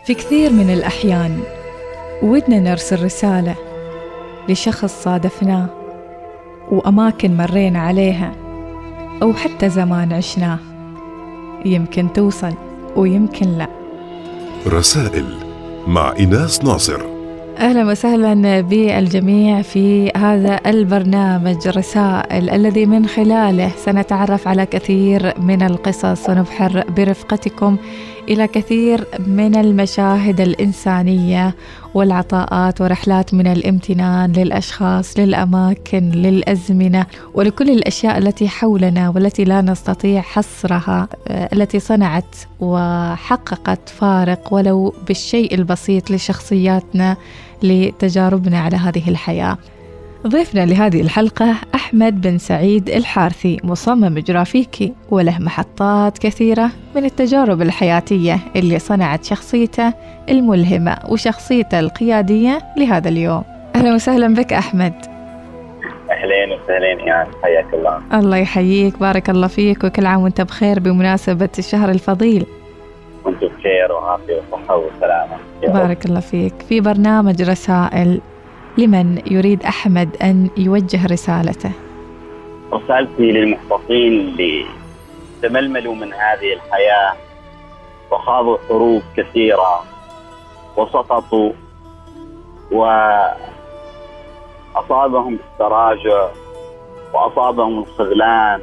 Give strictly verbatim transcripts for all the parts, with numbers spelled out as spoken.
في كثير من الأحيان ودنا نرسل رسالة لشخص صادفناه وأماكن مرينا عليها أو حتى زمان عشناه، يمكن توصل ويمكن لا. رسائل مع إيناس ناصر. أهلا وسهلا بالجميع في هذا البرنامج رسائل الذي من خلاله سنتعرف على كثير من القصص ونبحر برفقتكم إلى كثير من المشاهد الإنسانية والعطاءات ورحلات من الامتنان للأشخاص، للأماكن، للأزمنة ولكل الأشياء التي حولنا والتي لا نستطيع حصرها، التي صنعت وحققت فارق ولو بالشيء البسيط لشخصياتنا، لتجاربنا على هذه الحياة. ضيفنا لهذه الحلقة أحمد بن سعيد الحارثي، مصمم جرافيكي وله محطات كثيرة من التجارب الحياتية اللي صنعت شخصيته الملهمة وشخصيته القيادية لهذا اليوم. أهلا وسهلا بك أحمد. أهلين وسهلين يعني، حياك الله. الله يحييك، بارك الله فيك، وكل عام وانت بخير بمناسبة الشهر الفضيل. وانتم بخير وعافية وصحة وسلامة. بارك الله فيك. في برنامج رسائل لمن يريد أحمد أن يوجه رسالته؟ رسالتي للمحبطين اللي تململوا من هذه الحياة وخاضوا حروب كثيرة وسقطوا وأصابهم التراجع وأصابهم الخذلان.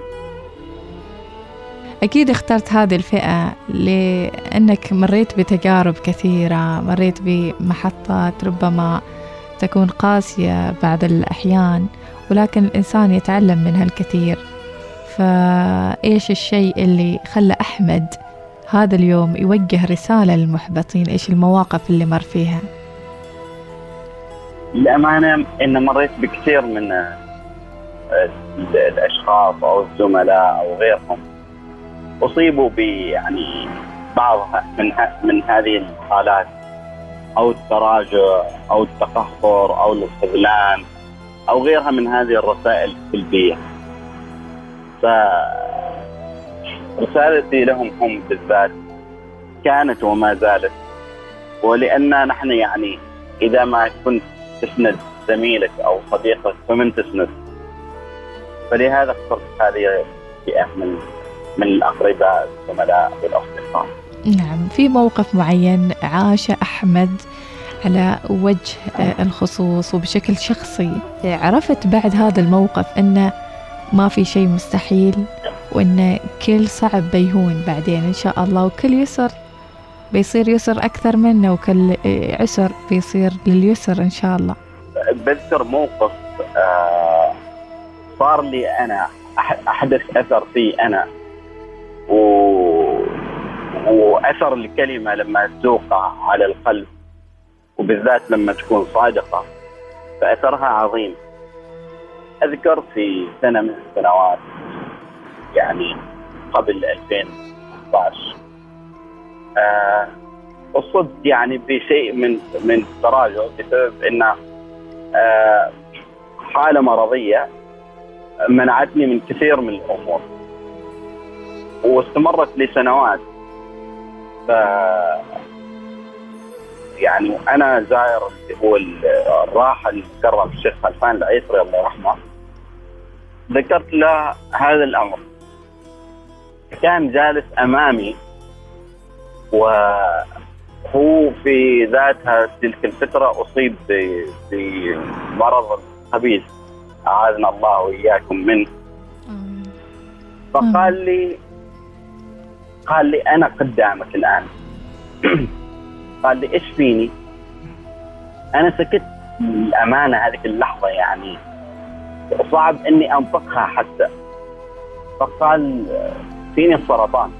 أكيد اخترت هذه الفئة لأنك مريت بتجارب كثيرة، مريت بمحطات ربما تكون قاسية بعض الأحيان، ولكن الإنسان يتعلم منها الكثير. فإيش الشيء اللي خلى أحمد هذا اليوم يوجه رسالة للمحبطين؟ إيش المواقف اللي مر فيها؟ الأمانة إن مريت بكثير من الأشخاص أو الزملاء أو غيرهم أصيبوا ب يعني بعض من من هذه الحالات، أو التراجع أو التقهقر أو الخذلان أو غيرها من هذه الرسائل السلبية. فرسالتي لهم هم بالذات كانت وما زالت، ولأن نحن يعني إذا ما كنت تسند زميلك أو صديقك فمن تسند، فلهذا اخترت هذه الفئة من من الأقرباء الزملاء والأصدقاء. نعم. في موقف معين عاش أحمد على وجه الخصوص وبشكل شخصي عرفت بعد هذا الموقف أنه ما في شيء مستحيل، وأن كل صعب بيهون بعدين إن شاء الله، وكل يسر بيصير يسر أكثر منه، وكل عسر بيصير لليسر إن شاء الله؟ بذكر موقف آه صار لي أنا، أحدث أثر في أنا و... وأثر الكلمة لما توقع على القلب، وبالذات لما تكون صادقة فأثرها عظيم. أذكر في سنة من السنوات يعني قبل ألفين وستة عشر آه أصبت يعني بشيء من من التراجع بسبب إن آه حالة مرضية منعتني من كثير من الأمور واستمرت لسنوات. ف يعني أنا زائر هو الراحل المكرم الشيخ خلفان العيسري الله يرحمه، ذكرت له هذا الأمر، كان جالس أمامي وهو في ذاتها تلك الفترة أصيب بمرض خبيث أعاذنا الله وإياكم منه. فقال لي قال لي أنا قدامك الآن. قال لي إيش فيني؟ أنا سكت الأمانة هذه اللحظة يعني صعب إني أنطقها حتى. فقال فيني السرطان.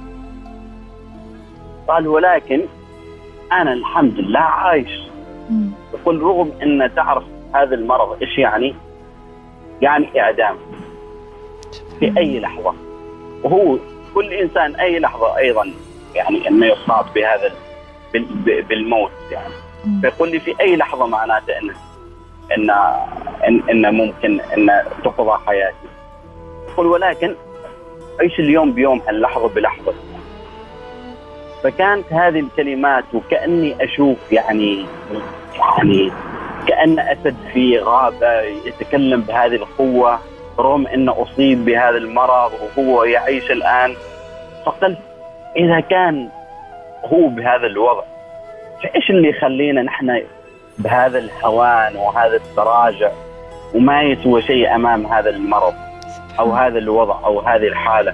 قال ولكن أنا الحمد لله عايش. يقول رغم إن تعرف هذا المرض إيش يعني؟ يعني إعدام في أي لحظة، وهو كل إنسان أي لحظة أيضا يعني إنه يصاب بهذا بالموت يعني. فيقول لي في أي لحظة معناته إن إن إن, إن ممكن إن تقضى حياتي. يقول ولكن عيش اليوم بيوم، هاللحظة بلحظة. فكانت هذه الكلمات وكأني أشوف يعني يعني كأن أسد في غابة يتكلم بهذه القوة رغم أنه أصيب بهذا المرض وهو يعيش الآن. فقلت إذا كان هو بهذا الوضع فإيش اللي يخلينا نحن بهذا الهوان وهذا التراجع وما يسوى شيء أمام هذا المرض أو هذا الوضع أو هذه الحالة.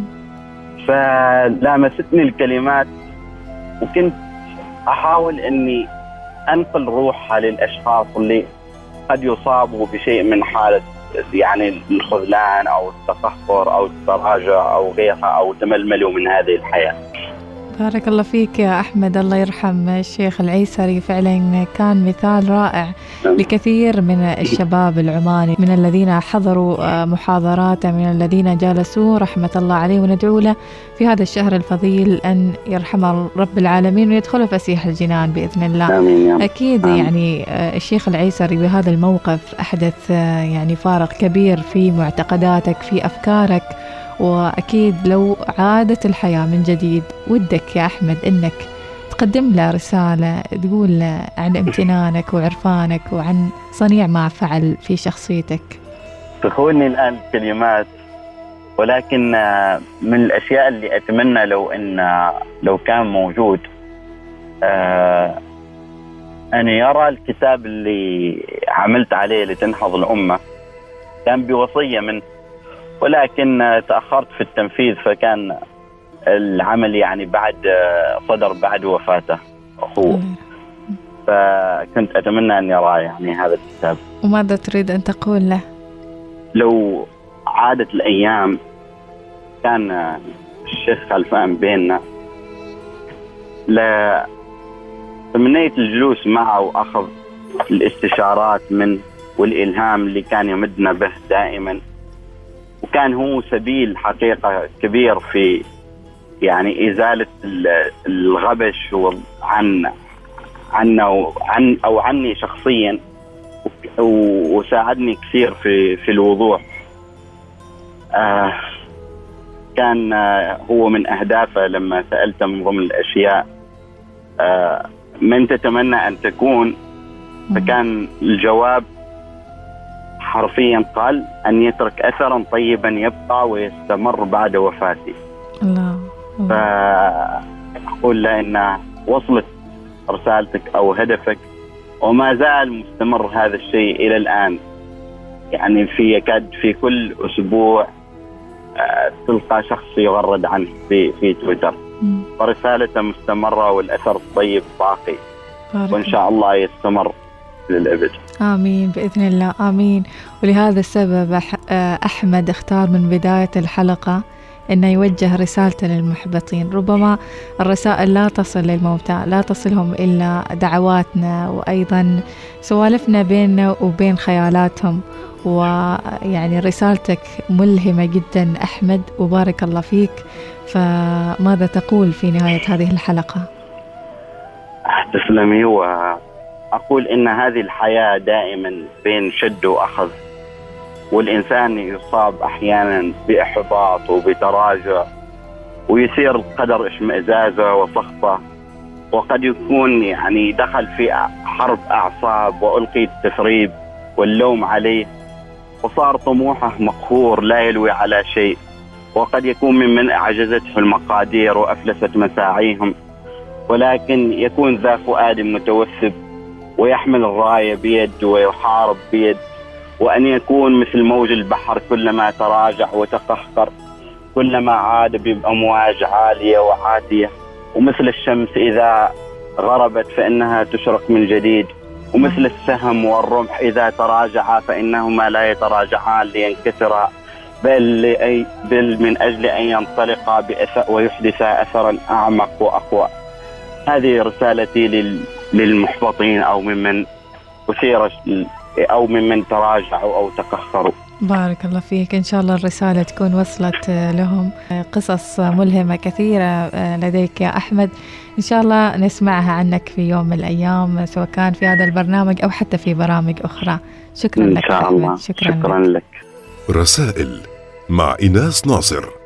فلامستني الكلمات وكنت أحاول أني أنقل روحها للأشخاص اللي قد يصابوا بشيء من حالة يعني الخذلان أو التقهقر أو التراجع أو غيرها أو تململوا من هذه الحياة. بارك الله فيك يا أحمد، الله يرحم الشيخ العيسري، فعلا كان مثال رائع لكثير من الشباب العماني من الذين حضروا محاضراته، من الذين جالسوا رحمة الله عليه، وندعو له في هذا الشهر الفضيل أن يرحمه رب العالمين ويدخله فسيح الجنان بإذن الله. آمين. أكيد آمين. يعني الشيخ العيسري بهذا الموقف أحدث يعني فارق كبير في معتقداتك، في أفكارك، وأكيد لو عادت الحياة من جديد ودك يا أحمد أنك تقدم له رسالة تقول له عن امتنانك وعرفانك وعن صنيع ما فعل في شخصيتك. تخوني الآن الكلمات، ولكن من الأشياء اللي أتمنى لو أن لو كان موجود آه أن يرى الكتاب اللي عملت عليه لتنهض الأمة، كان بوصية من ولكن تأخرت في التنفيذ، فكان العمل يعني بعد صدر بعد وفاته أخوه، فكنت أتمنى أن يرى يعني هذا الكتاب. وماذا تريد أن تقول له؟ لو عادت الأيام كان الشيخ خلفان بيننا، لا تمنيت الجلوس معه وأخذ الاستشارات منه والإلهام اللي كان يمدنا به دائما، وكان هو سبيل حقيقة كبير في يعني إزالة الغبش عن عنا وعن أو عني شخصيا، وساعدني كثير في في الوضوح. آه كان آه هو من أهدافه لما سألته من ضمن الأشياء آه من تتمنى أن تكون، فكان الجواب حرفيا قال أن يترك أثرا طيبا يبقى ويستمر بعد وفاتي. الله. فأقول له أن وصلت رسالتك أو هدفك، وما زال مستمر هذا الشيء إلى الآن. يعني في يكاد في كل أسبوع تلقى شخص يغرد عنه في في تويتر، ورسالته مستمرة والأثر الطيب باقي، وإن شاء الله يستمر للأبد. آمين بإذن الله، آمين. ولهذا السبب أحمد اختار من بداية الحلقة أنه يوجه رسالته للمحبطين. ربما الرسائل لا تصل للموتى، لا تصلهم إلا دعواتنا وأيضا سوالفنا بيننا وبين خيالاتهم، ويعني رسالتك ملهمة جدا أحمد، وبارك الله فيك. فماذا تقول في نهاية هذه الحلقة؟ تسلمي. وأقول إن هذه الحياة دائما بين شد وأخذ، والإنسان يصاب أحيانا بإحباط وبتراجع، ويصير القدر اشمئزازه وسخطه، وقد يكون يعني دخل في حرب أعصاب وألقي التثريب واللوم عليه، وصار طموحه مقهور لا يلوي على شيء، وقد يكون ممن أعجزته المقادير وأفلست مساعيهم، ولكن يكون ذا فؤاد متوثب ويحمل الراية بيد ويحارب بيد، وأن يكون مثل موج البحر كلما تراجع وتقهقر كلما عاد بأمواج عالية وعاتية، ومثل الشمس إذا غربت فإنها تشرق من جديد، ومثل السهم والرمح إذا تراجعا فإنهما لا يتراجعان لينكسرا، بل, بل من أجل أن ينطلقا بأثر ويحدثا أثرا أعمق وأقوى. هذه رسالتي للمحبطين أو ممن أثير أو ممن تراجعوا أو تقهقروا. بارك الله فيك، إن شاء الله الرسالة تكون وصلت لهم. قصص ملهمة كثيرة لديك يا أحمد، إن شاء الله نسمعها عنك في يوم من الأيام، سواء كان في هذا البرنامج أو حتى في برامج أخرى. شكرا إن لك شاء أحمد. الله. شكرا, شكرا لك. لك. رسائل مع إيناس ناصر.